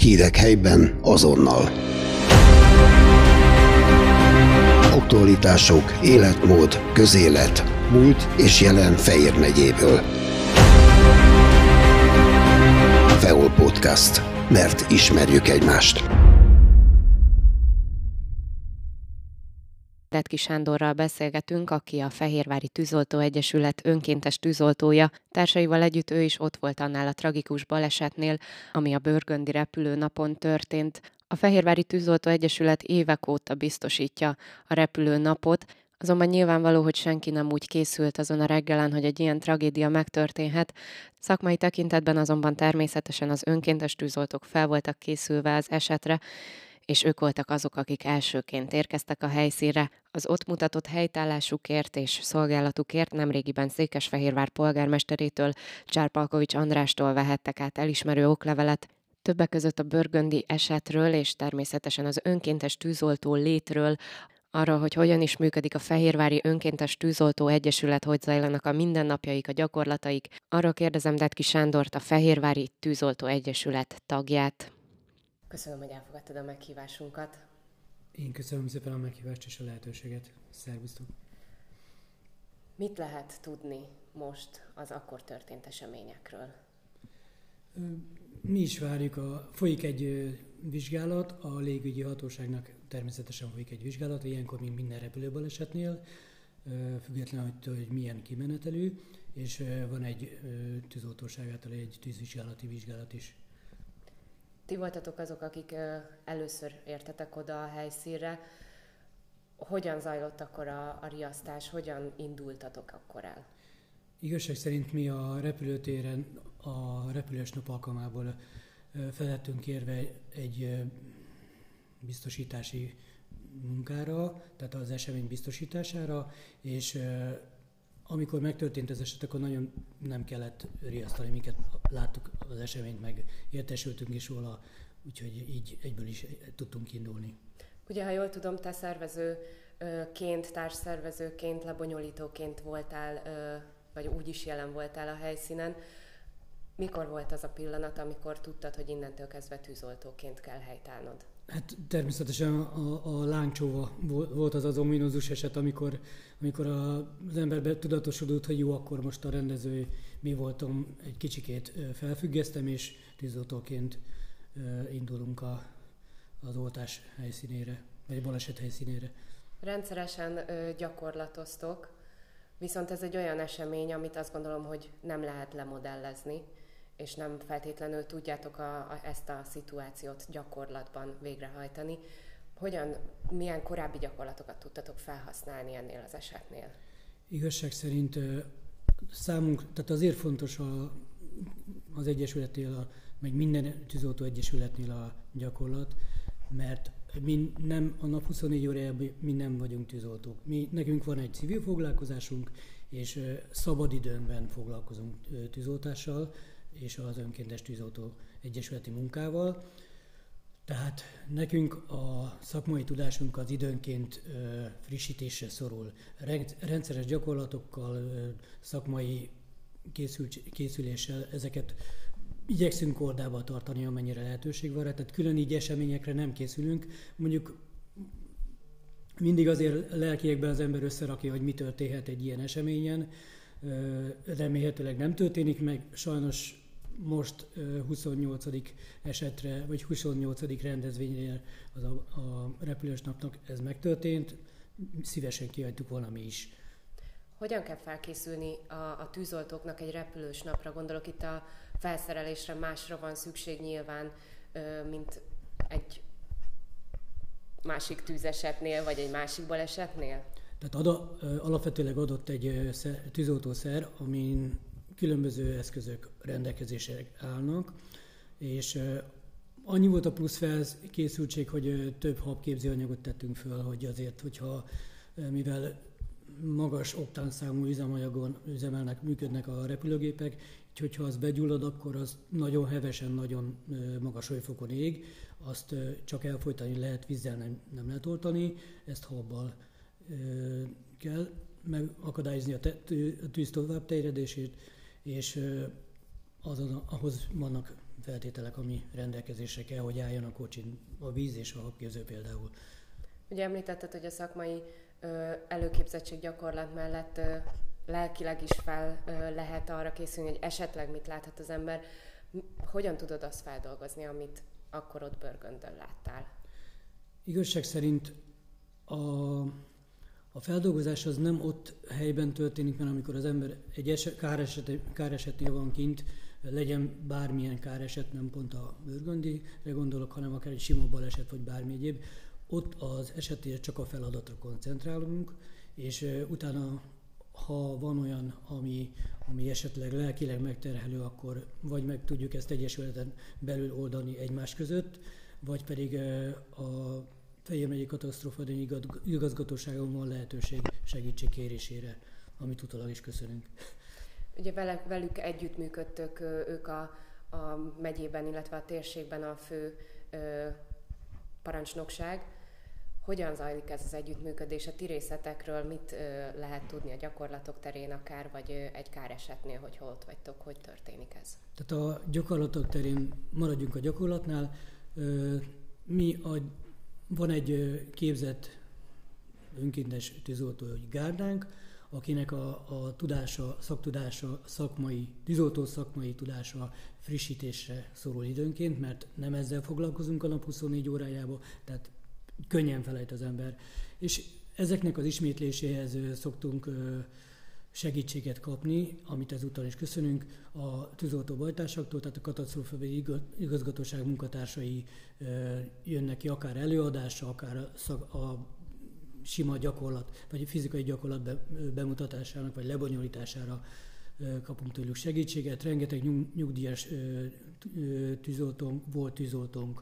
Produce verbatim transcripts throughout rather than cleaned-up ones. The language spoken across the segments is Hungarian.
Hírek helyben azonnal. Aktualitások, életmód, közélet, múlt és jelen Fejér megyéből. Feol Podcast, mert ismerjük egymást. Detki Sándorral beszélgetünk, aki a Fehérvári Tűzoltó Egyesület önkéntes tűzoltója. Társaival együtt ő is ott volt annál a tragikus balesetnél, ami a Bőrgöndi repülőnapon történt. A Fehérvári Tűzoltó Egyesület évek óta biztosítja a repülőnapot, azonban nyilvánvaló, hogy senki nem úgy készült azon a reggelen, hogy egy ilyen tragédia megtörténhet. Szakmai tekintetben azonban természetesen az önkéntes tűzoltók fel voltak készülve az esetre, és ők voltak azok, akik elsőként érkeztek a helyszínre. Az ott mutatott helytállásukért és szolgálatukért nemrégiben Székesfehérvár polgármesterétől, Csárpalkovics Andrástól vehettek át elismerő oklevelet. Többek között a bőrgöndi esetről és természetesen az önkéntes tűzoltó létről, arról, hogy hogyan is működik a Fehérvári Önkéntes Tűzoltó Egyesület, hogy zajlanak a mindennapjaik, a gyakorlataik. Arról kérdezem Detki Sándort, a Fehérvári Tűzoltó Egyesület tagját. Köszönöm, hogy elfogadtad a meghívásunkat. Én köszönöm szépen a meghívást és a lehetőséget. Szervusztok! Mit lehet tudni most az akkor történt eseményekről? Mi is várjuk, a, folyik egy vizsgálat, a légügyi hatóságnak természetesen folyik egy vizsgálat, ilyenkor mint minden repülőbalesetnél, függetlenül attól, hogy milyen kimenetelű, és van egy tűzoltóság által egy tűzvizsgálati vizsgálat is. Ti voltatok azok, akik először értetek oda a helyszínre. Hogyan zajlott akkor a, a riasztás, hogyan indultatok akkor el? Igazság szerint mi a repülőtéren a repülős nap alkalmából fel lettünk kérve egy biztosítási munkára, tehát az esemény biztosítására, és amikor megtörtént az eset, akkor nagyon nem kellett riasztani, minket láttuk az eseményt, meg értesültünk is róla, úgyhogy így egyből is tudtunk indulni. Ugye, ha jól tudom, te szervezőként, társszervezőként, lebonyolítóként voltál, vagy úgy is jelen voltál a helyszínen. Mikor volt az a pillanat, amikor tudtad, hogy innentől kezdve tűzoltóként kell helytállnod? Hát természetesen a, a lángcsóva volt az az ominózus eset, amikor, amikor az ember tudatosodott, hogy jó, akkor most a rendező mi voltam, egy kicsikét felfüggesztem, és tűzoltóként indulunk a, az oltás helyszínére, vagy baleset helyszínére. Rendszeresen gyakorlatoztok, viszont ez egy olyan esemény, amit azt gondolom, hogy nem lehet lemodellezni, és nem feltétlenül tudjátok a, a, ezt a szituációt gyakorlatban végrehajtani. Hogyan, milyen korábbi gyakorlatokat tudtatok felhasználni ennél az esetnél? Igazság szerint számunk, tehát azért fontos a, az Egyesületnél, a, meg minden tűzoltó egyesületnél a gyakorlat, mert mi nem, a nap huszonnégy órájában mi nem vagyunk tűzoltók. Mi, nekünk van egy civil foglalkozásunk, és szabadidőnkben foglalkozunk tűzoltással, és az önkéntes tűzoltó egyesületi munkával. Tehát nekünk a szakmai tudásunk az időnként frissítésre szorul. Rendszeres gyakorlatokkal, szakmai készüléssel ezeket igyekszünk kordába tartani, amennyire lehetőség van rá. Tehát külön így eseményekre nem készülünk. Mondjuk mindig azért lelkiekben az ember összerakja, hogy mi történhet egy ilyen eseményen. Remélhetőleg nem történik meg. Sajnos most huszonnyolcadik esetre, vagy huszonnyolcadik rendezvényre az a, a repülős napnak ez megtörtént. Szívesen kihagytuk volna mi is. Hogyan kell felkészülni a, a tűzoltóknak egy repülős napra? Gondolok, itt a felszerelésre másra van szükség nyilván, mint egy másik tűzesetnél, vagy egy másik balesetnél? Tehát ada, alapvetőleg adott egy tűzoltószer, amin különböző eszközök rendelkezésre állnak, és annyi volt a plusz felkészültség, hogy több habképzőanyagot tettünk föl, hogy azért, hogyha mivel magas oktánszámú üzemanyagon üzemelnek, működnek a repülőgépek, így hogyha az begyullad, akkor az nagyon hevesen, nagyon magas hőfokon ég, azt csak elfojtani lehet, vízzel nem, nem lehet oltani, ezt habbal kell megakadályozni a, te, a tűz továbbterjedését, és azon, ahhoz vannak feltételek, ami rendelkezésre kell, hogy álljon a kocsin, a víz és a habképző például. Ugye említetted, hogy a szakmai ö, előképzettség gyakorlat mellett ö, lelkileg is fel ö, lehet arra készülni, hogy esetleg mit láthat az ember. Hogyan tudod azt feldolgozni, amit akkor ott Bőrgöndön láttál? Igazság szerint a, a feldolgozás az nem ott helyben történik, mert amikor az ember egy eset, káreset, káresetnél van kint, legyen bármilyen káreset, nem pont a Bőrgöndire gondolok, hanem akár egy sima baleset vagy bármi egyéb, ott az esetére csak a feladatra koncentrálunk, és uh, utána, ha van olyan, ami, ami esetleg lelkileg megterhelő, akkor vagy meg tudjuk ezt egyesületen belül oldani egymás között, vagy pedig uh, a Fejér megyei katasztrófavédelmi igazgatóságon van lehetőség segítség kérésére, amit utólag is köszönünk. Ugye velük együttműködtök, ők a, a megyében, illetve a térségben a fő ö, parancsnokság. Hogyan zajlik ez az együttműködés? A ti részletekről mit ö, lehet tudni a gyakorlatok terén akár, vagy ö, egy káresetnél, hogy hol ott vagytok, hogy történik ez? Tehát a gyakorlatok terén maradjunk a gyakorlatnál. Ö, mi a, van egy képzett önkéntes tűzoltói gárdánk, akinek a, a tudása, szaktudása, szakmai, tűzoltó szakmai tudása frissítésre szorul időnként, mert nem ezzel foglalkozunk a nap huszonnégy órájában, tehát könnyen felejt az ember. És ezeknek az ismétléséhez szoktunk segítséget kapni, amit ezúttal is köszönünk, a tűzoltó bajtársaktól, tehát a katasztrófavédelmi igazgatóság munkatársai jönnek ki akár előadásra, akár a, szak, a sima gyakorlat, vagy fizikai gyakorlat bemutatásának, vagy lebonyolítására kapunk tőlük segítséget. Rengeteg nyugdíjas tűzoltónk, volt tűzoltónk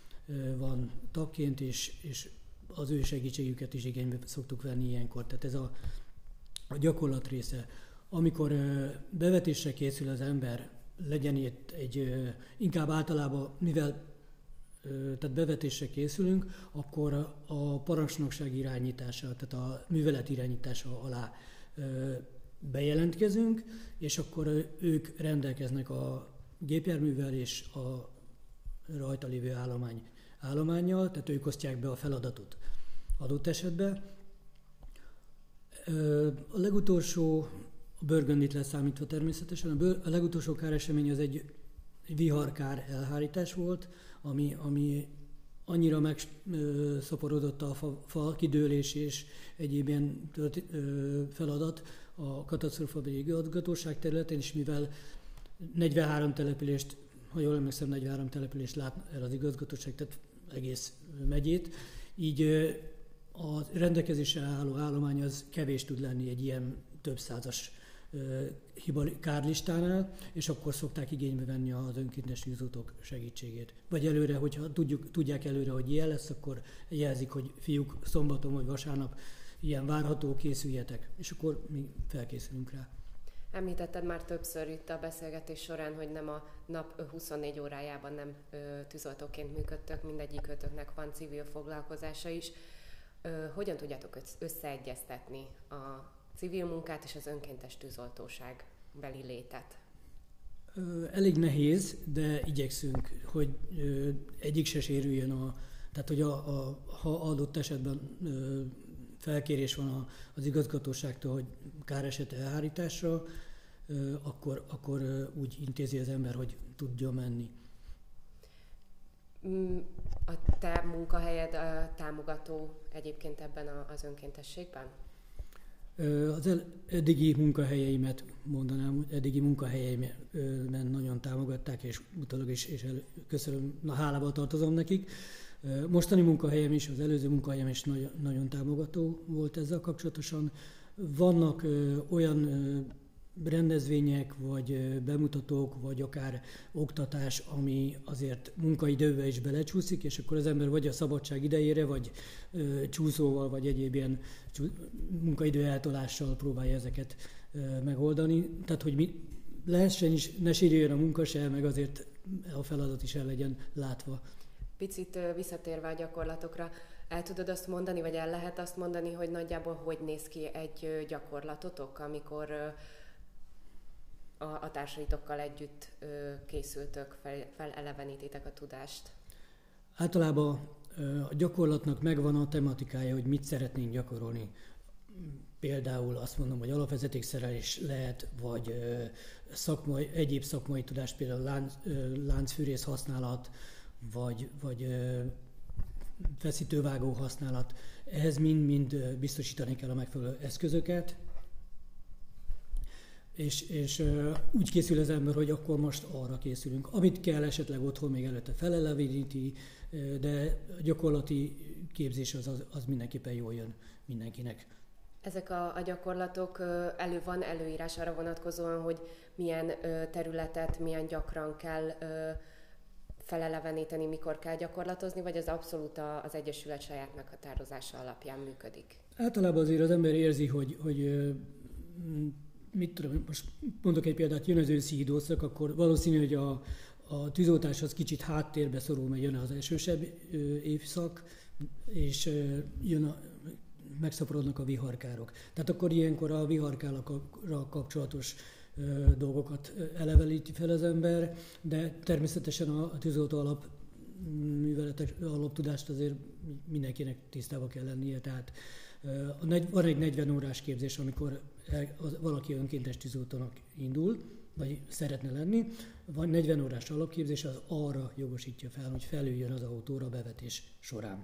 van tagként, és, és az ő segítségüket is igénybe szoktuk venni ilyenkor. Tehát ez a, a gyakorlat része. Amikor bevetésre készül az ember, legyen itt egy, inkább általában, mivel tehát bevetésre készülünk, akkor a parancsnokság irányítása, tehát a művelet irányítása alá bejelentkezünk, és akkor ők rendelkeznek a gépjárművel és a rajta lévő állomány, állománnyal, tehát ők osztják be a feladatot adott esetben. A legutolsó, a Bőrgöndit leszámítva természetesen, a, bőr, a legutolsó káresemény az egy viharkár elhárítás volt, ami, ami annyira megszaporodott a fa, fa kidőlés és egyéb ilyen tört, ö, feladat a katasztrófavédelmi igazgatóság területén, és mivel negyvenhárom települést, ha jól emlékszem, negyvenhárom települést lát el az igazgatóság, tehát egész megyét, így a rendelkezésre álló állomány az kevés tud lenni egy ilyen több százas hiba kárlistánál, és akkor szokták igénybe venni az önkéntes tűzoltók segítségét. Vagy előre, hogyha tudjuk, tudják előre, hogy ilyen lesz, akkor jelzik, hogy fiúk, szombaton vagy vasárnap ilyen várható, készüljetek, és akkor mi felkészülünk rá. Említetted már többször itt a beszélgetés során, hogy nem a nap huszonnégy órájában nem tűzoltóként működtök, mindegyikőtöknek van civil foglalkozása is. Hogyan tudjátok összeegyeztetni a civil munkát és az önkéntes tűzoltóság beli létet? Elég nehéz, de igyekszünk, hogy egyik se sérüljön a... Tehát, hogy a, a, ha adott esetben felkérés van az igazgatóságtól, hogy káreset elhárításra, akkor, akkor úgy intézi az ember, hogy tudja menni. A te munkahelyed a támogató egyébként ebben az önkéntességben? Az el, eddigi munkahelyeimet mondanám, hogy eddigi munkahelyeimen nagyon támogatták, és utólag is, és el, köszönöm, na hálával tartozom nekik. Mostani munkahelyem is, az előző munkahelyem is nagyon, nagyon támogató volt ezzel kapcsolatosan. Vannak ö, olyan ö, rendezvények, vagy bemutatók, vagy akár oktatás, ami azért munkaidőbe is belecsúszik, és akkor az ember vagy a szabadság idejére, vagy ö, csúszóval, vagy egyéb ilyen csú, munkaidő eltolással próbálja ezeket ö, megoldani. Tehát, hogy mi lehessen is, ne sérüljön a munka se, meg azért a feladat is el legyen látva. Picit visszatérve a gyakorlatokra, el tudod azt mondani, vagy el lehet azt mondani, hogy nagyjából hogy néz ki egy gyakorlatotok, amikor a, a társaitokkal együtt ö, készültök, fel, felelevenítitek a tudást? Általában a gyakorlatnak megvan a tematikája, hogy mit szeretnénk gyakorolni. Például azt mondom, hogy alapvezetékszerelés lehet, vagy szakmai, egyéb szakmai tudás, például lánc, láncfűrész használat, vagy, vagy feszítővágó használat. Ehhez mind-mind biztosítani kell a megfelelő eszközöket, és, és úgy készül az ember, hogy akkor most arra készülünk. Amit kell, esetleg otthon még előtte feleleveníti, de a gyakorlati képzés az, az, az mindenképpen jól jön mindenkinek. Ezek a, a gyakorlatok, elő van előírás arra vonatkozóan, hogy milyen területet, milyen gyakran kell feleleveníteni, mikor kell gyakorlatozni, vagy az abszolút az Egyesület saját meghatározása alapján működik? Általában azért az ember érzi, hogy, hogy mit tudom, most mondok egy példát, jön az őszi időszak, akkor valószínű, hogy a, a tűzoltás az kicsit háttérbe szorul, mert jön az esősebb évszak, és jön a, megszaporodnak a viharkárok. Tehát akkor ilyenkor a viharkálakra kapcsolatos dolgokat elevelíti fel az ember, de természetesen a tűzoltó alap műveletek, alaptudást azért mindenkinek tisztában kell lennie. Tehát van egy negyven órás képzés, amikor valaki önkéntes tűzoltónak indul, vagy szeretne lenni. Van negyven órás alapképzés, az arra jogosítja fel, hogy felüljön az autóra bevetés során.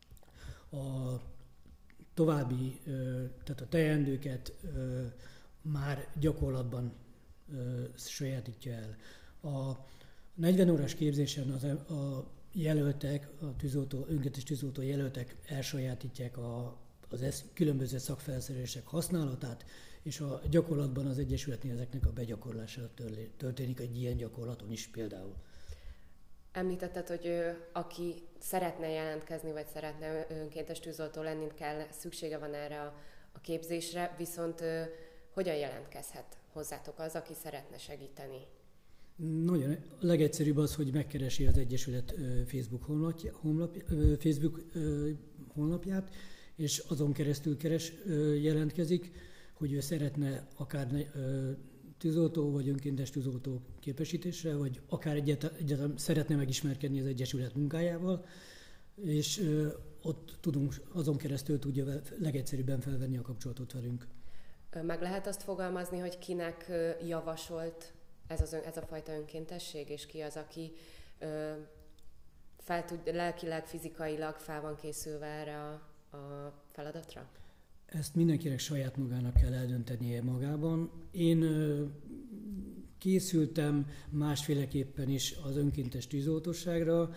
A további, tehát a teendőket már gyakorlatban sajátítja el. A negyven órás képzésen az, a jelöltek, a tűzoltó, önkéntes tűzoltó jelöltek elsajátítják a, az esz, különböző szakfelszerelések használatát, és a gyakorlatban az Egyesületnél ezeknek a begyakorlása történik egy ilyen gyakorlaton is például. Említetted, hogy ő, aki szeretne jelentkezni, vagy szeretne önkéntes tűzoltó lenni, kell, szüksége van erre a, a képzésre, viszont ő, hogyan jelentkezhet hozzátok az, aki szeretne segíteni? Nagyon a legegyszerűbb az, hogy megkeresi az Egyesület Facebook, honlapja, honlapja, Facebook honlapját, és azon keresztül keres, jelentkezik, hogy ő szeretne akár tűzoltó vagy önkéntes tűzoltó képesítésre, vagy akár egyáltalán szeretne megismerkedni az Egyesület munkájával, és ott tudunk, azon keresztül tudja legegyszerűbben felvenni a kapcsolatot velünk. Meg lehet azt fogalmazni, hogy kinek javasolt ez, az, ez a fajta önkéntesség, és ki az, aki fel tud, lelkileg, fizikailag fel van készülve erre a, a feladatra? Ezt mindenkinek saját magának kell eldöntenie magában. Én készültem másféleképpen is az önkéntes tűzoltóságra.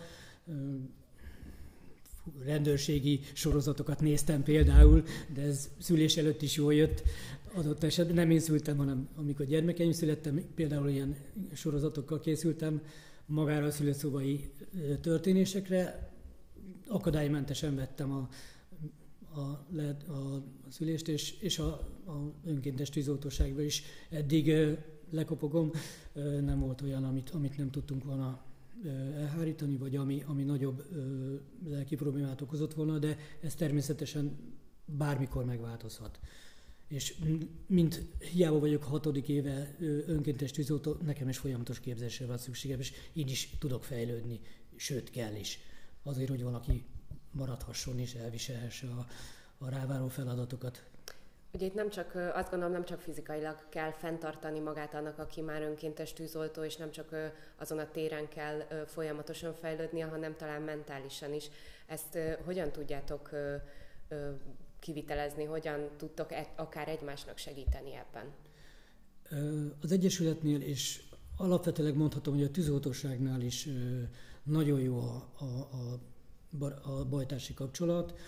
Rendőrségi sorozatokat néztem például, de ez szülés előtt is jól jött. Adott esetben nem én szültem, hanem amikor gyermekeim születtem, például ilyen sorozatokkal készültem magára a szülőszobai történésekre. Akadálymentesen vettem a A, a, a szülést, és, és a, a önkéntes tűzoltóságban is eddig lekopogom, nem volt olyan, amit, amit nem tudtunk volna elhárítani, vagy ami, ami nagyobb lelki problémát okozott volna, de ez természetesen bármikor megváltozhat. És mint hiába vagyok hatodik éve önkéntes tűzoltó, nekem is folyamatos képzésre van szükségem, és én is tudok fejlődni, sőt kell is, azért, hogy valaki maradhasson és elviselhesse a, a ráváró feladatokat. Ugye itt nem csak, azt gondolom, nem csak fizikailag kell fenntartani magát annak, aki már önkéntes tűzoltó, és nem csak azon a téren kell folyamatosan fejlődnie, hanem talán mentálisan is. Ezt hogyan tudjátok kivitelezni, hogyan tudtok akár egymásnak segíteni ebben? Az Egyesületnél, és alapvetőleg mondhatom, hogy a tűzoltóságnál is nagyon jó a, a, a a bajtársi kapcsolat.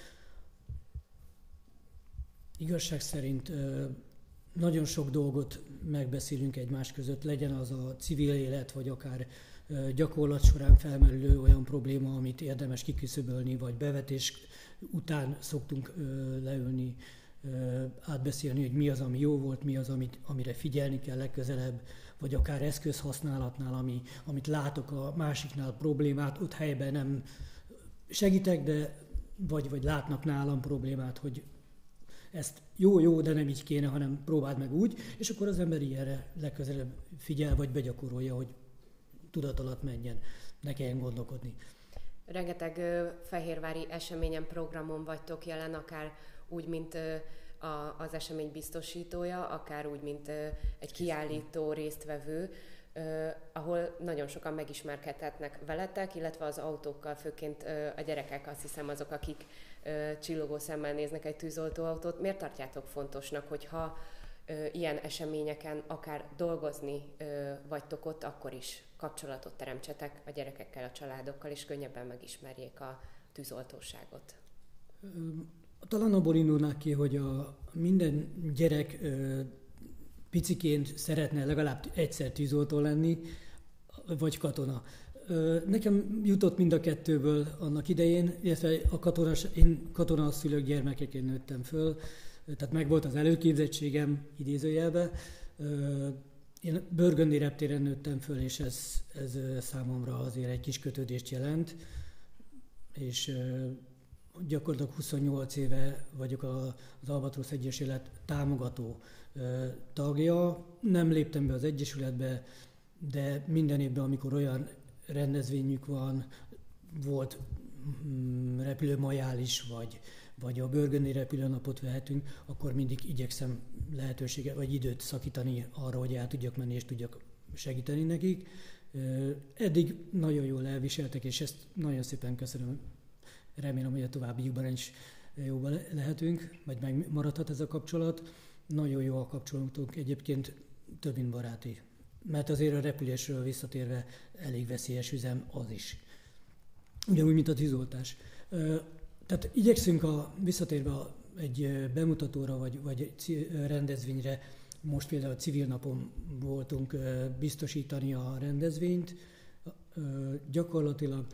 Igazság szerint nagyon sok dolgot megbeszélünk egymás között, legyen az a civil élet, vagy akár gyakorlat során felmerülő olyan probléma, amit érdemes kiküszöbölni, vagy bevetés után szoktunk leülni, átbeszélni, hogy mi az, ami jó volt, mi az, amit, amire figyelni kell legközelebb, vagy akár eszközhasználatnál, ami, amit látok a másiknál problémát, ott helyben nem segítek, de vagy, vagy látnak nálam problémát, hogy ezt jó-jó, de nem így kéne, hanem próbáld meg úgy, és akkor az ember ilyenre legközelebb figyel, vagy begyakorolja, hogy tudat alatt menjen, ne kelljen gondolkodni. Rengeteg ö, fehérvári eseményen, programon vagytok jelen, akár úgy, mint ö, a, az esemény biztosítója, akár úgy, mint ö, egy kiállító résztvevő, ö, ahol nagyon sokan megismerkedhetnek veletek, illetve az autókkal, főként ö, a gyerekek, azt hiszem azok, akik ö, csillogó szemmel néznek egy tűzoltóautót. Miért tartjátok fontosnak, hogyha ö, ilyen eseményeken akár dolgozni ö, vagytok ott, akkor is kapcsolatot teremtsetek a gyerekekkel, a családokkal, és könnyebben megismerjék a tűzoltóságot? Talán abból indulnák ki, hogy a minden gyerek ö, piciként szeretne legalább egyszer tűzoltó lenni, vagy katona. Ö, nekem jutott mind a kettőből annak idején, illetve a katonas, én katonaszülők gyermekeként nőttem föl, tehát megvolt az előképzettségem idézőjelben. Ö, Én Bőrgöndi reptéren nőttem föl, és ez, ez számomra azért egy kis kötődést jelent, és gyakorlatilag huszonnyolc éve vagyok az Albatros Egyesület támogató tagja. Nem léptem be az Egyesületbe, de minden évben, amikor olyan rendezvényük van, volt repülőmajális, vagy, vagy a Bőrgöndi repülőnapot vehetünk, akkor mindig igyekszem lehetőséget vagy időt szakítani arra, hogy el tudjak menni és tudjak segíteni nekik. Eddig nagyon jól elviseltek, és ezt nagyon szépen köszönöm. Remélem, hogy a továbbiakban is jóban lehetünk, vagy megmaradhat ez a kapcsolat. Nagyon jó a kapcsolatunk, egyébként több mint baráti. Mert azért a repülésről visszatérve elég veszélyes üzem az is. Ugyanúgy, mint a tűzoltás. Tehát igyekszünk a, visszatérve a, egy bemutatóra, vagy, vagy egy rendezvényre, most például a civil napon voltunk biztosítani a rendezvényt. Gyakorlatilag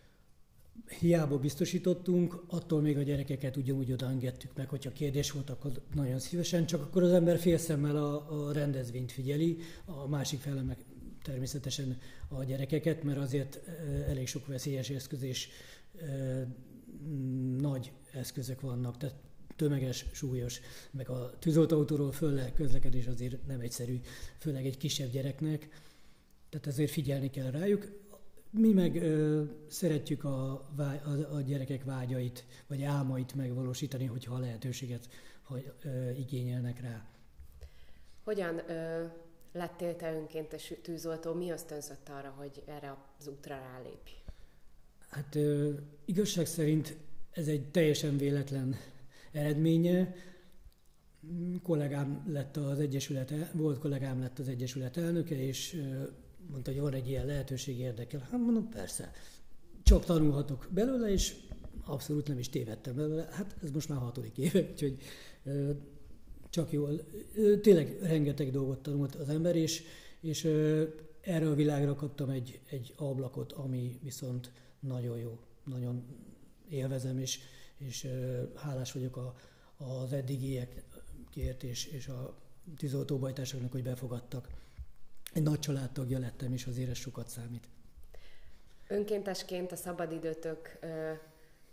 hiába biztosítottunk, attól még a gyerekeket ugyanúgy odaengedtük meg, hogyha kérdés volt, akkor nagyon szívesen, csak akkor az ember félszemmel a, a rendezvényt figyeli, a másik fele meg természetesen a gyerekeket, mert azért elég sok veszélyes eszköz és e, nagy eszközök vannak, tehát tömeges, súlyos, meg a tűzoltóautóról föl közlekedés azért nem egyszerű, főleg egy kisebb gyereknek, tehát ezért figyelni kell rájuk. Mi meg ö, szeretjük a, a, a gyerekek vágyait, vagy álmait megvalósítani, hogyha a lehetőséget ha, ö, igényelnek rá. Hogyan ö, lettél te önkéntes tűzoltó? Mi ösztönzött arra, hogy erre az útra rálépj? Hát ö, igazság szerint ez egy teljesen véletlen eredménye. Kollégám lett az Egyesület, volt kollégám lett az Egyesület elnöke, és ö, mondta, hogy van egy ilyen lehetőség, érdekel. Hát mondom, persze, csak tanulhatok belőle, és abszolút nem is tévedtem belőle. Hát ez most már hatodik éve, úgyhogy ö, csak jól. Ö, tényleg rengeteg dolgot tanult az ember, és, és ö, erre a világra kaptam egy, egy ablakot, ami viszont nagyon jó, nagyon élvezem, és, és ö, hálás vagyok a, az eddigiekért, és, és a tűzoltóbajtársaknak, hogy befogadtak. Egy nagy családtagja lettem, és azért ez sokat számít. Önkéntesként a szabadidőtökben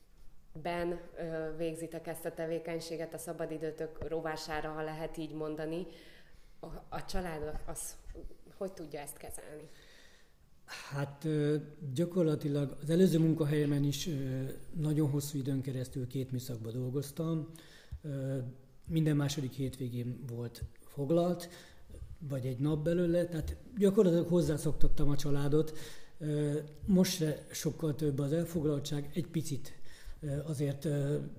végzitek ezt a tevékenységet, a szabadidőtök rovására, ha lehet így mondani. A, a család az hogy tudja ezt kezelni? Hát gyakorlatilag az előző munkahelyemen is nagyon hosszú időn keresztül két műszakban dolgoztam. Minden második hétvégén volt foglalt, vagy egy nap belőle, tehát gyakorlatilag hozzászoktattam a családot. Most se sokkal több az elfoglaltság, egy picit azért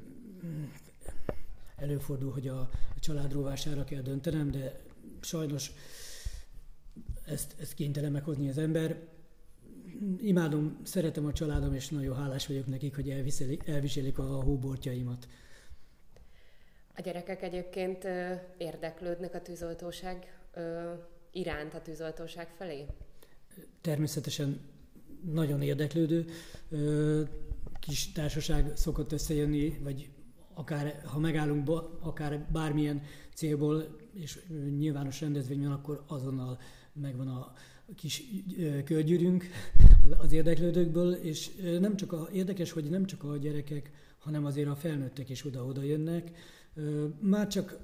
előfordul, hogy a család rovására kell döntenem, de sajnos ezt, ezt kénytelen meghozni az ember. Imádom, szeretem a családom, és nagyon hálás vagyok nekik, hogy elviselik, elviselik a hóbortjaimat. A gyerekek egyébként érdeklődnek a tűzoltóság iránt, a tűzoltóság felé? Természetesen nagyon érdeklődő. Kis társaság szokott összejönni, vagy akár ha megállunk, akár bármilyen célból, és nyilvános rendezvény van, akkor azonnal megvan a kis körgyűrünk az érdeklődőkből, és nem csak a, érdekes, hogy nem csak a gyerekek, hanem azért a felnőttek is oda-oda jönnek. Már csak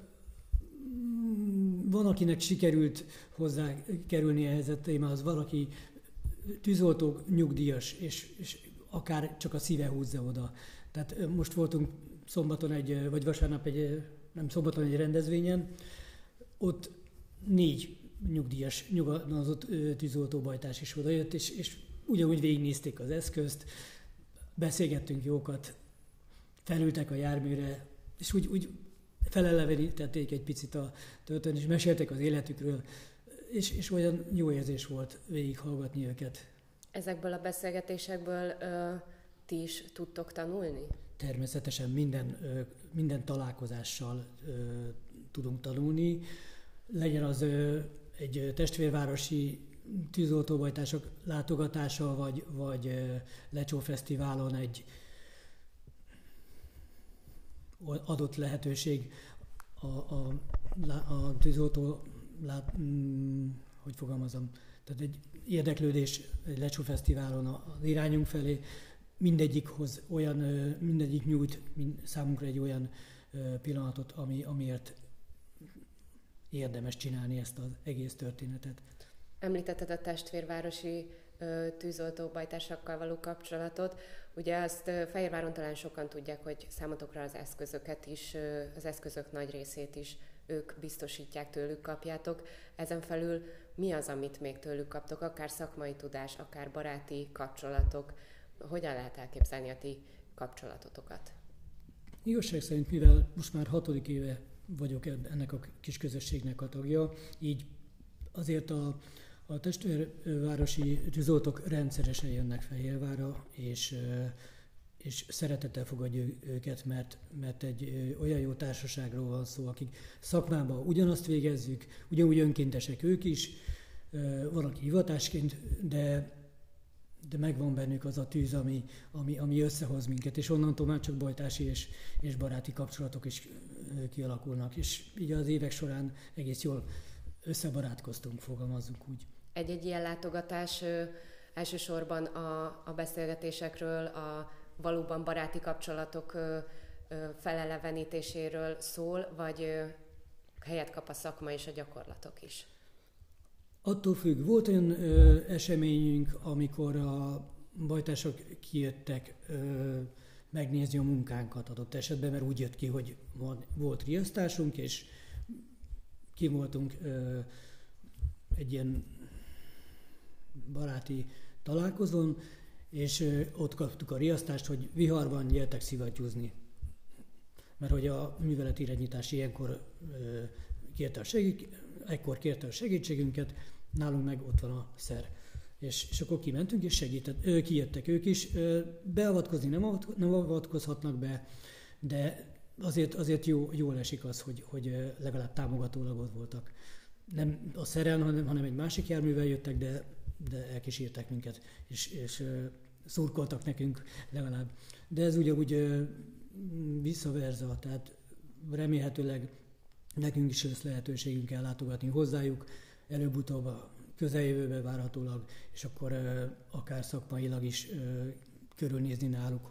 van, akinek sikerült hozzá kerülni ehhez a témához, valaki tűzoltó, nyugdíjas, és, és akár csak a szíve húzza oda. Tehát most voltunk szombaton egy, vagy vasárnap egy, nem szombaton egy rendezvényen, ott négy nyugdíjas, nyugodott tűzoltóbajtás is odajött, és, és ugyanúgy végignézték az eszközt, beszélgettünk jókat, felültek a járműre, és úgy, úgy felelevenítették egy picit a történet, és meséltek az életükről, és, és olyan jó érzés volt végighallgatni őket. Ezekből a beszélgetésekből ö, ti is tudtok tanulni? Természetesen minden, ö, minden találkozással ö, tudunk tanulni. Legyen az ö, egy testvérvárosi tűzoltóbajtársak látogatása, vagy, vagy ö, Lecsó Fesztiválon egy adott lehetőség a, a, a tűzoltó, lát, mm, hogy fogalmazom, tehát egy érdeklődés egy Lecsó Fesztiválon az irányunk felé, mindegyik hoz olyan, mindegyik nyújt számunkra egy olyan pillanatot, ami, amiért érdemes csinálni ezt az egész történetet. Említetted a testvérvárosi tűzoltóbajtársakkal való kapcsolatot. Ugye azt Fehérváron talán sokan tudják, hogy számotokra az eszközöket is, az eszközök nagy részét is ők biztosítják, tőlük kapjátok. Ezen felül mi az, amit még tőlük kaptok, akár szakmai tudás, akár baráti kapcsolatok? Hogyan lehet elképzelni a ti kapcsolatotokat? Igazság szerint, mivel most már hatodik éve vagyok ennek a kis közösségnek a tagja, így azért a A testvérvárosi tűzoltók rendszeresen jönnek Fehérvárra, és, és szeretettel fogadja őket, mert, mert egy olyan jó társaságról van szó, akik szakmában ugyanazt végezzük, ugyanúgy önkéntesek ők is, van, aki hivatásként, de, de megvan bennük az a tűz, ami, ami, ami összehoz minket, és onnantól már csak bajtási és, és baráti kapcsolatok is kialakulnak, és így az évek során egész jól összebarátkoztunk, fogalmazzunk úgy. Egy-egy ilyen látogatás ö, elsősorban a, a beszélgetésekről, a valóban baráti kapcsolatok ö, ö, felelevenítéséről szól, vagy ö, helyet kap a szakma és a gyakorlatok is? Attól függ. Volt olyan ö, eseményünk, amikor a bajtársak kijöttek ö, megnézni a munkánkat adott esetben, mert úgy jött ki, hogy volt riasztásunk, és ki voltunk ö, egy ilyen baráti találkozón, és ö, ott kaptuk a riasztást, hogy viharban gyertek szivattyúzni. Mert hogy a műveletirányítás ilyenkor ö, kérte a segít, ekkor kérte a segítségünket, nálunk meg ott van a szer. És, és akkor kimentünk, és segített, ö, kijöttek ők is. Ö, beavatkozni nem, avat, nem avatkozhatnak be, de azért, azért jó, jól esik az, hogy, hogy legalább támogatólag ott voltak. Nem a szeren, hanem, hanem egy másik járművel jöttek, de, de elkísértek minket, és, és uh, szurkoltak nekünk legalább. De ez ugyanúgy uh, visszaverza, tehát remélhetőleg nekünk is lesz lehetőségünk ellátogatni hozzájuk, előbb-utóbb a közeljövőben várhatólag, és akkor uh, akár szakmailag is uh, körülnézni náluk.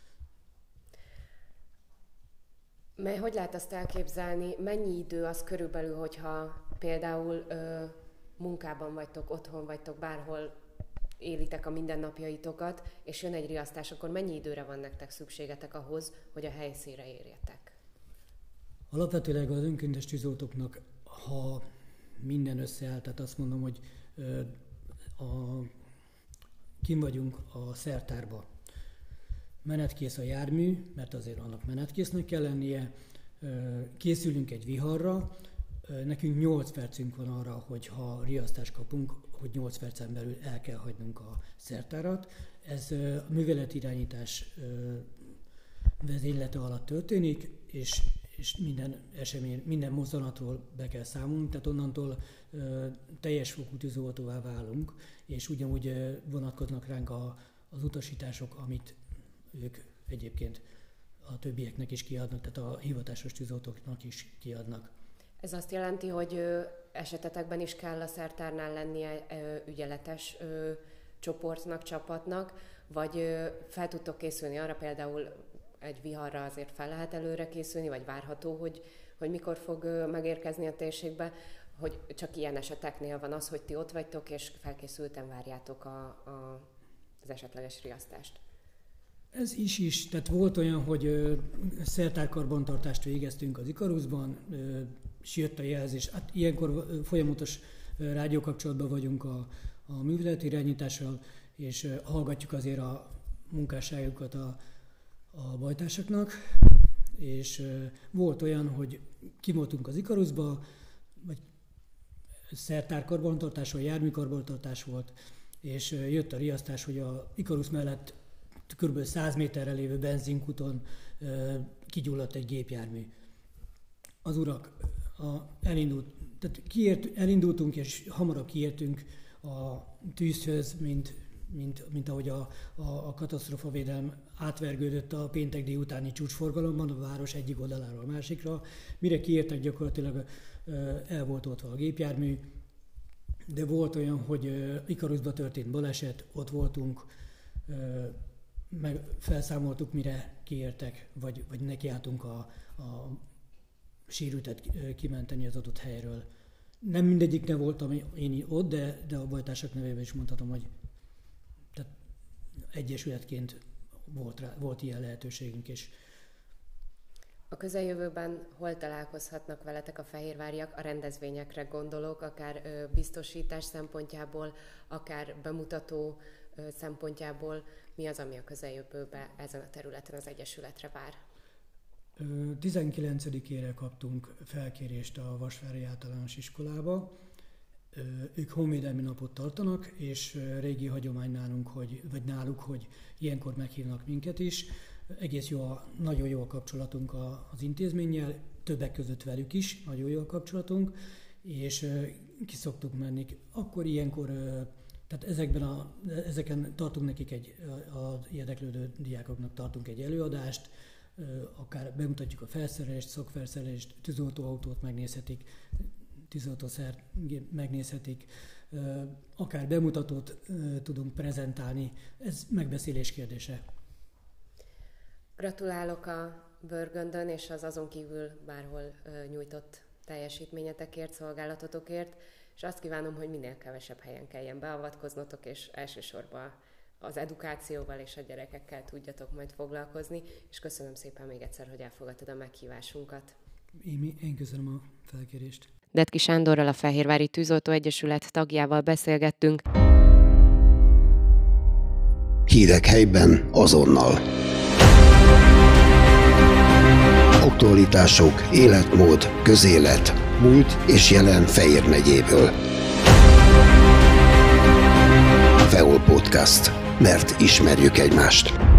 Mely, hogy lehet azt elképzelni, mennyi idő az körülbelül, hogyha például ö, munkában vagytok, otthon vagytok, bárhol élitek a mindennapjaitokat, és jön egy riasztás, akkor mennyi időre van nektek szükségetek ahhoz, hogy a helyszínre érjetek? Alapvetőleg az önkéntes tűzoltóknak, ha minden összeáll, tehát azt mondom, hogy ö, a, kim vagyunk a szertárba, menetkész a jármű, mert azért annak menetkésznek kell lennie, készülünk egy viharra, nekünk nyolc percünk van arra, hogy ha riasztást kapunk, hogy nyolc percen belül el kell hagynunk a szertárat. Ez a műveletirányítás vezénylete alatt történik, és, és minden esemény, minden mozzanatról be kell számolnunk, tehát onnantól teljes fokú tűzoltóvá válunk, és ugyanúgy vonatkoznak ránk a, az utasítások, amit ők egyébként a többieknek is kiadnak, tehát a hivatásos tűzoltóknak is kiadnak. Ez azt jelenti, hogy ö, esetetekben is kell a szertárnál lennie ö, ügyeletes ö, csoportnak, csapatnak, vagy ö, fel tudtok készülni arra például egy viharra azért fel lehet előre készülni, vagy várható, hogy, hogy mikor fog megérkezni a térségbe, hogy csak ilyen eseteknél van az, hogy ti ott vagytok, és felkészülten várjátok a, a, az esetleges riasztást? Ez is is, tehát volt olyan, hogy szertárkarbantartást végeztünk az Ikaruszban, és jött a jelzés. Hát ilyenkor folyamatos rádiókapcsolatban vagyunk a, a műveleti irányítással, és hallgatjuk azért a munkásságukat a, a bajtársaknak, és volt olyan, hogy kimoltunk az Ikaruszba, vagy szertárkarbantartás, vagy járműkarbantartás volt, és jött a riasztás, hogy a Ikarusz mellett kb. száz méterre lévő benzinkúton kigyulladt egy gépjármű. Az urak a, elindult, tehát kiért, elindultunk, és hamarabb kiértünk a tűzhöz, mint, mint, mint ahogy a, a, a katasztrófavédelem átvergődött a péntek délutáni csúcsforgalomban, a város egyik oldaláról a másikra. Mire kiértek, gyakorlatilag el volt ottva a gépjármű, de volt olyan, hogy Ikaruszba történt baleset, ott voltunk, meg felszámoltuk, mire kiértek, vagy, vagy nekiálltunk a, a sérültet kimenteni az adott helyről. Nem mindegyiknél voltam én ott, de, de a bajtársak nevében is mondhatom, hogy tehát egyesületként volt, rá, volt ilyen lehetőségünk is. A közeljövőben hol találkozhatnak veletek a fehérváriak? A rendezvényekre gondolok, akár biztosítás szempontjából, akár bemutató szempontjából. Mi az, ami a közeljövőben ezen a területen az Egyesületre vár? tizenkilencedikére kaptunk felkérést a Vasvári Általános Iskolába. Ők honvédelmi napot tartanak, és régi hagyomány nálunk, hogy, vagy náluk, hogy ilyenkor meghívnak minket is. Egész jó, a, nagyon jó a kapcsolatunk az intézménnyel, többek között velük is, nagyon jó a kapcsolatunk, és ki szoktuk menni. Akkor ilyenkor, tehát ezekben a, ezeken tartunk nekik egy, az érdeklődő diákoknak tartunk egy előadást, akár bemutatjuk a felszerelést, szakfelszerelést, tűzoltóautót megnézhetik, tűzoltószert megnézhetik, akár bemutatót tudunk prezentálni, ez megbeszélés kérdése. Gratulálok a Bőrgöndön és az azon kívül bárhol nyújtott teljesítményetekért, szolgálatotokért, és azt kívánom, hogy minél kevesebb helyen kelljen beavatkoznotok, és elsősorban az edukációval és a gyerekekkel tudjatok majd foglalkozni, és köszönöm szépen még egyszer, hogy elfogadtad a meghívásunkat. Én, én köszönöm a felkérést. Detki Sándorral, a Fehérvári Tűzoltó Egyesület tagjával beszélgettünk. Hírek helyben azonnal. Aktualitások, életmód, közélet, múlt és jelen Fejér megyéből. Feol Podcast, mert ismerjük egymást.